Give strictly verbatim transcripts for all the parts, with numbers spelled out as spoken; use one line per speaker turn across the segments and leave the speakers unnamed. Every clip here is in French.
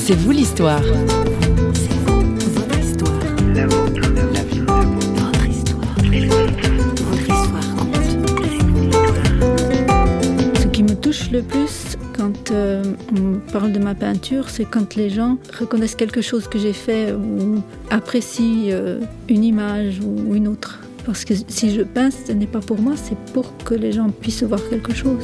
C'est vous l'histoire. C'est vous, votre histoire. La vôtre, la vie, votre histoire. Votre histoire compte.
Ce qui me touche le plus quand euh, on parle de ma peinture, c'est quand les gens reconnaissent quelque chose que j'ai fait ou apprécient euh, une image ou une autre. Parce que si je peins, ce n'est pas pour moi, c'est pour que les gens puissent voir quelque chose.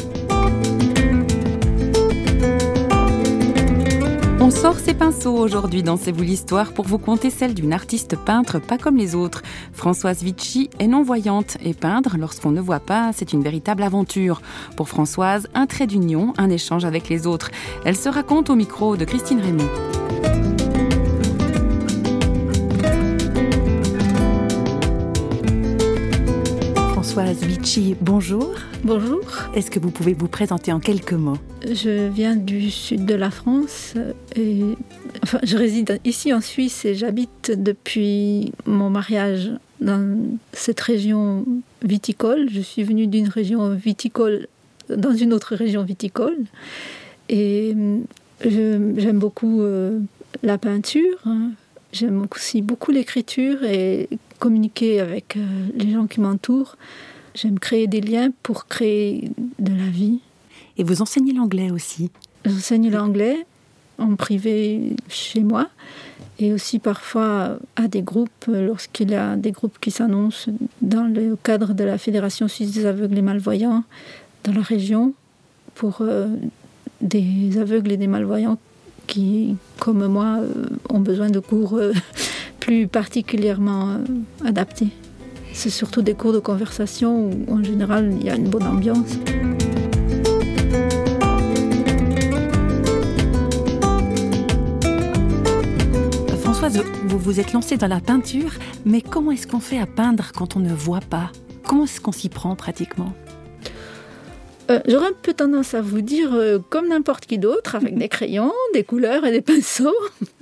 On sort ses pinceaux aujourd'hui dans C'est vous l'histoire pour vous conter celle d'une artiste peintre pas comme les autres. Françoise Vichy est non-voyante et peindre lorsqu'on ne voit pas, c'est une véritable aventure. Pour Françoise, un trait d'union, un échange avec les autres. Elle se raconte au micro de Christine Raymond. Françoise Vichy, bonjour.
Bonjour.
Est-ce que vous pouvez vous présenter en quelques mots ?
Je viens du sud de la France et enfin, je réside ici en Suisse et j'habite depuis mon mariage dans cette région viticole. Je suis venue d'une région viticole dans une autre région viticole et je, j'aime beaucoup euh, la peinture. J'aime aussi beaucoup l'écriture et communiquer avec euh, les gens qui m'entourent. J'aime créer des liens pour créer de la vie.
Et vous enseignez l'anglais aussi ?
J'enseigne l'anglais en privé chez moi et aussi parfois à des groupes, lorsqu'il y a des groupes qui s'annoncent dans le cadre de la Fédération suisse des aveugles et malvoyants dans la région pour euh, des aveugles et des malvoyants qui, comme moi, euh, ont besoin de cours euh, plus particulièrement euh, adaptés. C'est surtout des cours de conversation où, en général, il y a une bonne ambiance.
Françoise, vous vous êtes lancée dans la peinture, mais comment est-ce qu'on fait à peindre quand on ne voit pas ? Comment est-ce qu'on s'y prend pratiquement ?
Euh, j'aurais un peu tendance à vous dire euh, comme n'importe qui d'autre, avec des crayons, des couleurs et des pinceaux.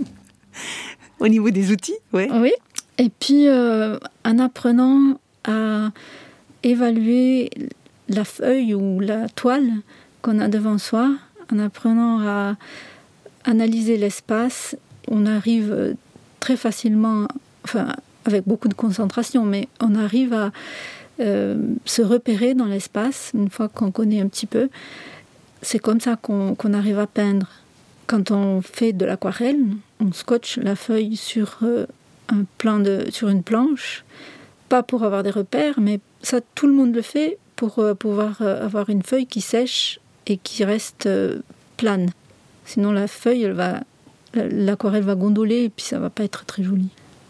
Au niveau des outils, oui.
Oui. Et puis, euh, en apprenant à évaluer la feuille ou la toile qu'on a devant soi, en apprenant à analyser l'espace, on arrive très facilement, enfin, avec beaucoup de concentration, mais on arrive à Euh, se repérer dans l'espace une fois qu'on connaît un petit peu. C'est comme ça qu'on, qu'on arrive à peindre. Quand on fait de l'aquarelle, on scotche la feuille sur, euh, un plan de, sur une planche, pas pour avoir des repères, mais ça tout le monde le fait pour euh, pouvoir euh, avoir une feuille qui sèche et qui reste euh, plane. Sinon la feuille, elle va, l'aquarelle va gondoler et puis ça va pas être très joli.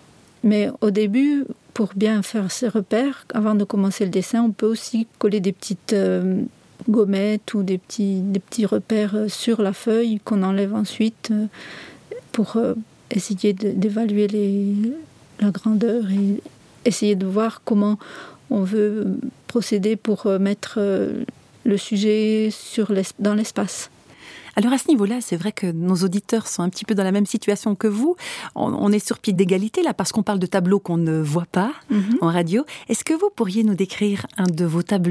Mais au début, pour bien faire ses repères, avant de commencer le dessin, on peut aussi coller des petites euh, gommettes ou des petits, des petits repères sur la feuille qu'on enlève ensuite euh, pour euh, essayer de, d'évaluer les, la grandeur et essayer de voir comment on veut procéder pour euh, mettre euh, le sujet sur l'es- dans l'espace.
Alors à ce niveau-là, c'est vrai que nos auditeurs sont un petit peu dans la même situation que vous. On, on est sur pied d'égalité là parce qu'on parle de tableaux qu'on ne voit pas mm-hmm. en radio. Est-ce que vous pourriez nous décrire un de vos tableaux ?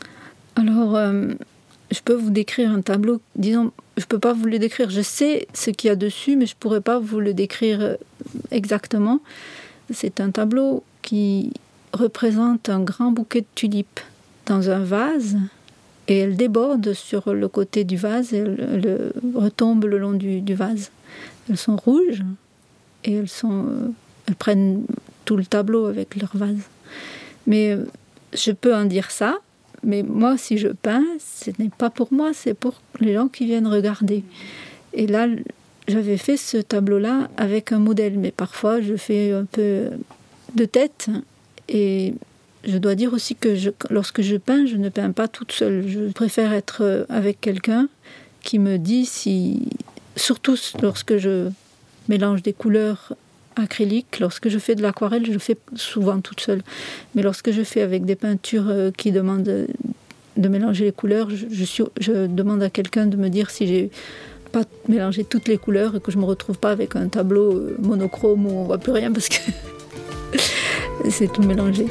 Alors, euh, je peux vous décrire un tableau. Disons, je ne peux pas vous le décrire. Je sais ce qu'il y a dessus, mais je ne pourrais pas vous le décrire exactement. C'est un tableau qui représente un grand bouquet de tulipes dans un vase. Et elle déborde sur le côté du vase et elle, elle retombe le long du, du vase. Elles sont rouges et elles, sont, euh, elles prennent tout le tableau avec leur vase. Mais euh, je peux en dire ça, mais moi, si je peins, ce n'est pas pour moi, c'est pour les gens qui viennent regarder. Et là, j'avais fait ce tableau-là avec un modèle, mais parfois, je fais un peu de tête et... Je dois dire aussi que je, lorsque je peins, je ne peins pas toute seule. Je préfère être avec quelqu'un qui me dit si... Surtout lorsque je mélange des couleurs acryliques, lorsque je fais de l'aquarelle, je le fais souvent toute seule. Mais lorsque je fais avec des peintures qui demandent de mélanger les couleurs, je, je, suis, je demande à quelqu'un de me dire si j'ai pas mélangé toutes les couleurs et que je ne me retrouve pas avec un tableau monochrome où on ne voit plus rien parce que c'est tout mélangé.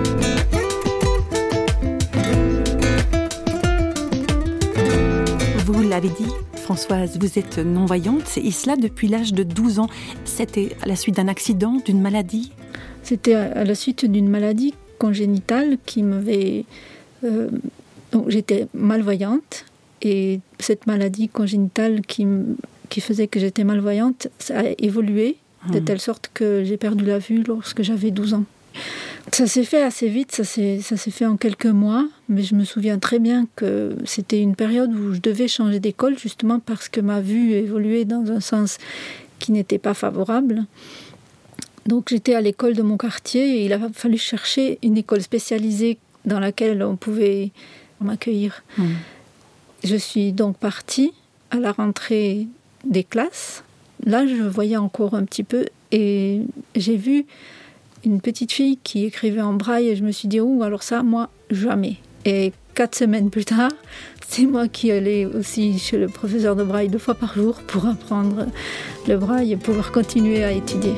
Vous Vous l'avez dit, Françoise, vous êtes non-voyante, et cela depuis l'âge de douze ans. C'était à la suite d'un accident, d'une maladie ?
C'était à la suite d'une maladie congénitale qui m'avait... Euh, donc j'étais malvoyante, et cette maladie congénitale qui, qui faisait que j'étais malvoyante, ça a évolué mmh. de telle sorte que j'ai perdu la vue lorsque j'avais douze ans. Ça s'est fait assez vite, ça s'est, ça s'est fait en quelques mois, mais je me souviens très bien que c'était une période où je devais changer d'école, justement parce que ma vue évoluait dans un sens qui n'était pas favorable. Donc j'étais à l'école de mon quartier et il a fallu chercher une école spécialisée dans laquelle on pouvait m'accueillir. Mmh. Je suis donc partie à la rentrée des classes. Là, je voyais encore un petit peu et j'ai vu une petite fille qui écrivait en braille et je me suis dit, oh, alors ça, moi, jamais. Et quatre semaines plus tard, c'est moi qui allais aussi chez le professeur de braille deux fois par jour pour apprendre le braille et pouvoir continuer à étudier.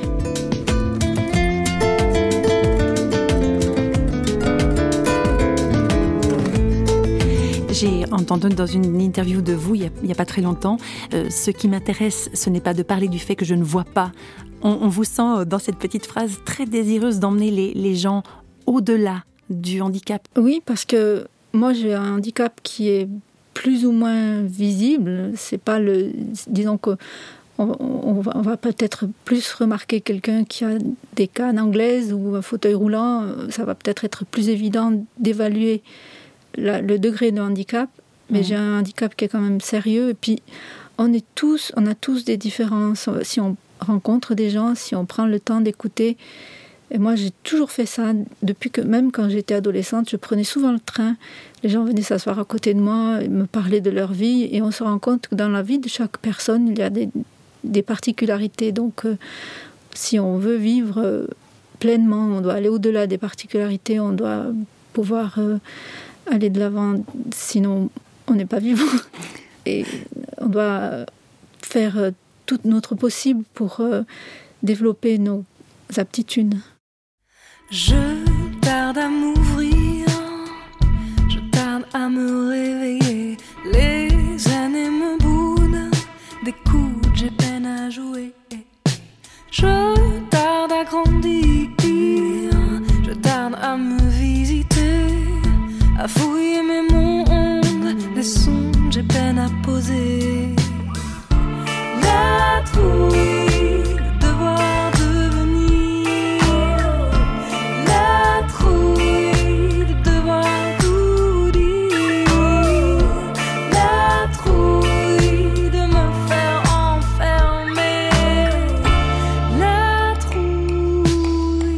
J'ai entendu dans une interview de vous, il n'y a, a pas très longtemps, euh, ce qui m'intéresse, ce n'est pas de parler du fait que je ne vois pas. On, on vous sent dans cette petite phrase très désireuse d'emmener les, les gens au-delà du handicap.
Oui, parce que moi j'ai un handicap qui est plus ou moins visible. C'est pas le, disons que on, on, va, on va peut-être plus remarquer quelqu'un qui a des cannes anglaises ou un fauteuil roulant. Ça va peut-être être plus évident d'évaluer La, le degré de handicap, mais mmh. j'ai un handicap qui est quand même sérieux. Et puis, on est tous, on a tous des différences. Si on rencontre des gens, si on prend le temps d'écouter. Et moi, j'ai toujours fait ça depuis que, même quand j'étais adolescente, je prenais souvent le train. Les gens venaient s'asseoir à côté de moi, me parler de leur vie, et on se rend compte que dans la vie de chaque personne, il y a des, des particularités. Donc, euh, si on veut vivre euh, pleinement, on doit aller au-delà des particularités. On doit pouvoir euh, aller de l'avant, sinon on n'est pas vivant. Et on doit faire tout notre possible pour euh, développer nos aptitudes.
Je tarde à m'ouvrir, je tarde à me réveiller. Les années me boudent, des coups j'ai peine à jouer. Je tarde à grandir, je tarde à me visiter, à fouiller mes mondes, des sons j'ai peine à poser. La trouille de devoir devenir, la trouille de devoir tout dire, la trouille de me faire enfermer, la trouille.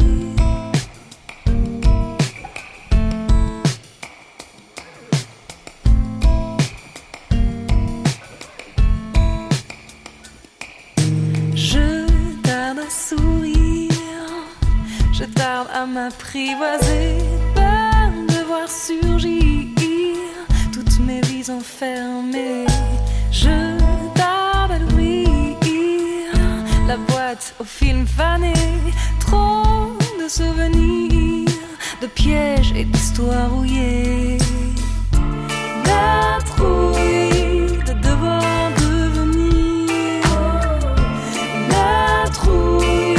Je tarde à m'apprivoiser, peur de voir surgir toutes mes vies enfermées. Je tarde à l'ouvrir, la boîte aux films fanés, trop de souvenirs, de pièges et d'histoires rouillées. La trouille de devoir devenir, la trouille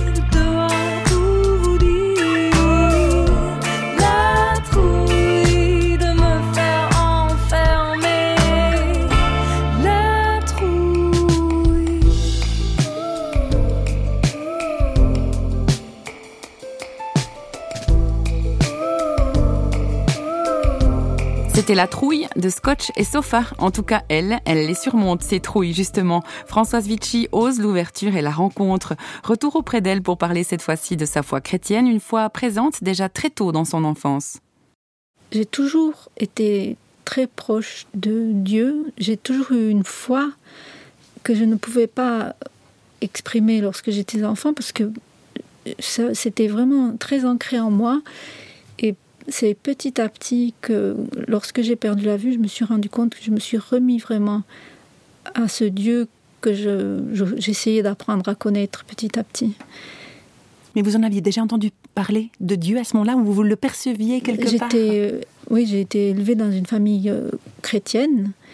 C'était la trouille de Scotch et Sofa. En tout cas, elle, elle les surmonte, ces trouilles, justement. Françoise Vichy ose l'ouverture et la rencontre. Retour auprès d'elle pour parler cette fois-ci de sa foi chrétienne, une foi présente déjà très tôt dans son enfance.
J'ai toujours été très proche de Dieu. J'ai toujours eu une foi que je ne pouvais pas exprimer lorsque j'étais enfant parce que ça, c'était vraiment très ancré en moi. Et c'est petit à petit que, lorsque j'ai perdu la vue, je me suis rendu compte que je me suis remis vraiment à ce Dieu que je, je, j'essayais d'apprendre à connaître petit à petit.
Mais vous en aviez déjà entendu parler de Dieu à ce moment-là, où vous le perceviez quelque
J'étais,
part
euh, Oui, j'ai été élevée dans une famille euh, chrétienne.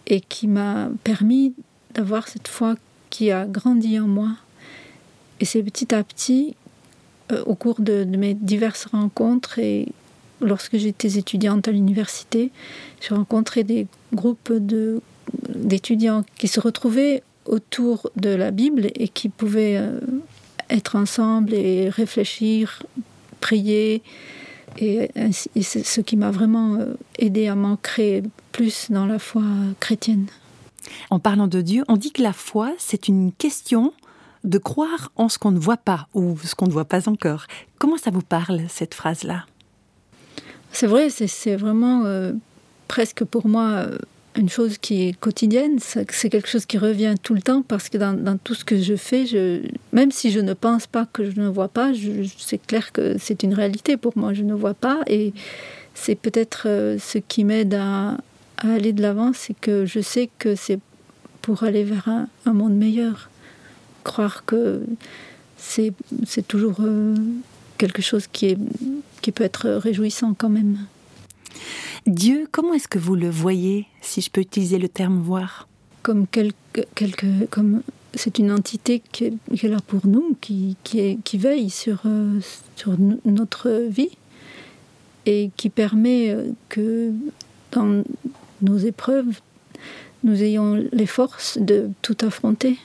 et qui m'a permis d'avoir cette foi qui a grandi en moi. Et c'est petit à petit, euh, au cours de, de mes diverses rencontres et lorsque j'étais étudiante à l'université, j'ai rencontré des groupes de, d'étudiants qui se retrouvaient autour de la Bible et qui pouvaient euh, être ensemble et réfléchir, prier. Et, ainsi, et c'est ce qui m'a vraiment euh, aidé à m'ancrer plus dans la foi chrétienne.
En parlant de Dieu, on dit que la foi, c'est une question de croire en ce qu'on ne voit pas ou ce qu'on ne voit pas encore. Comment ça vous parle, cette phrase-là ?
C'est vrai, c'est, c'est vraiment euh, presque pour moi euh, une chose qui est quotidienne. C'est, c'est quelque chose qui revient tout le temps parce que dans, dans tout ce que je fais, je, même si je ne pense pas que je ne vois pas, je, c'est clair que c'est une réalité pour moi. Je ne vois pas et c'est peut-être euh, ce qui m'aide à, à aller de l'avant, c'est que je sais que c'est pour aller vers un, un monde meilleur. Croire que c'est, c'est toujours euh, quelque chose qui, est, qui peut être réjouissant quand même.
Dieu, comment est-ce que vous le voyez, si je peux utiliser le terme « voir » ?
Comme quelque, quelque, comme c'est une entité qui est, qui est là pour nous, qui, qui, est, qui veille sur, euh, sur n- notre vie et qui permet que dans nos épreuves, nous ayons les forces de tout affronter.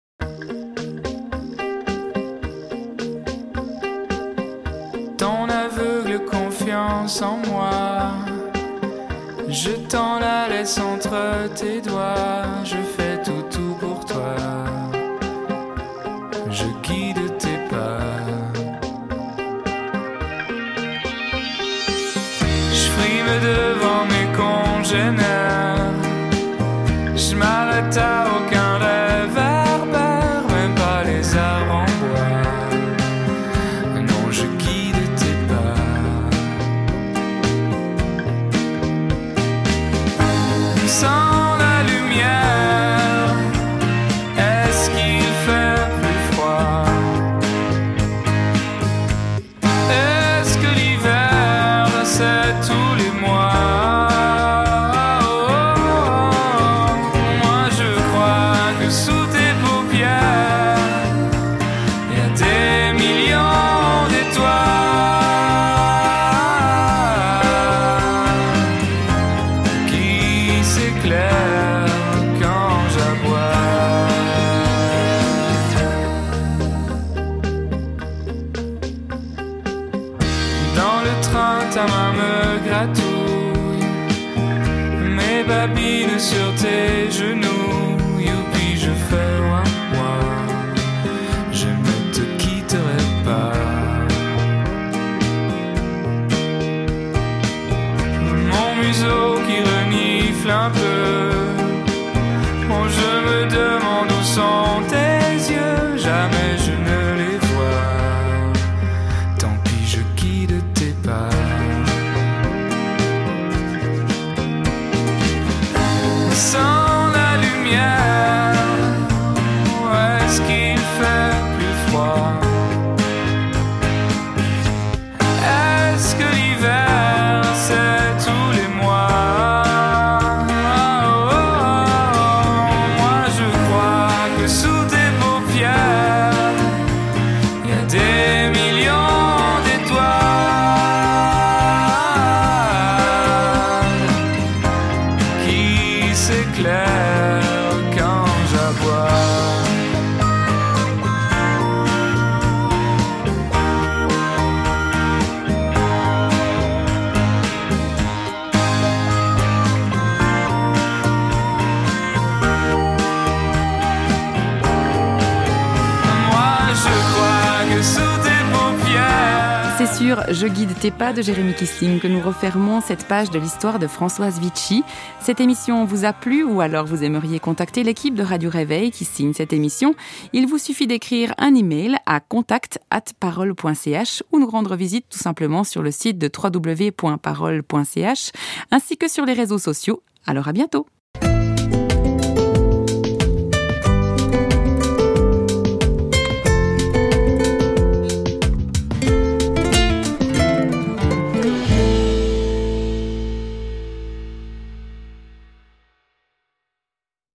Ton aveugle confiance en moi, je t'en la laisse entre tes doigts, je fais tout, tout pour toi, je guide tes pas. Je frime devant mes congénères, je m'arrête à aucun réverbère, même pas les arbres en bois. Non, je guide tes pas. Sans la lumière, est-ce qu'il fait plus froid? Est-ce que l'hiver, c'est tous les mois? Sous tes paupières, il y a des millions d'étoiles qui s'éclairent quand j'aboie. Dans le train, ta main me gratouille mes babines sur tes genoux. Je fais moi, moi, je ne te quitterai pas. Mon museau qui renifle un peu, bon, je me demande où sont tes yeux, jamais je ne les vois. Tant pis, je guide tes pas. Sans la lumière, est-ce qu'il fait plus froid? Est-ce que l'hiver, c'est tous les mois? Oh, oh, oh. Moi je crois que sous tes paupières, il y a des millions d'étoiles qui s'éclairent quand j'aboie.
C'est sur « Je guide tes pas » de Jérémy Kissling que nous refermons cette page de l'histoire de Françoise Vichy. Cette émission vous a plu ou alors vous aimeriez contacter l'équipe de Radio Réveil qui signe cette émission, il vous suffit d'écrire un email à contact arobase parole point c h ou nous rendre visite tout simplement sur le site de w w w point parole point c h ainsi que sur les réseaux sociaux. Alors à bientôt.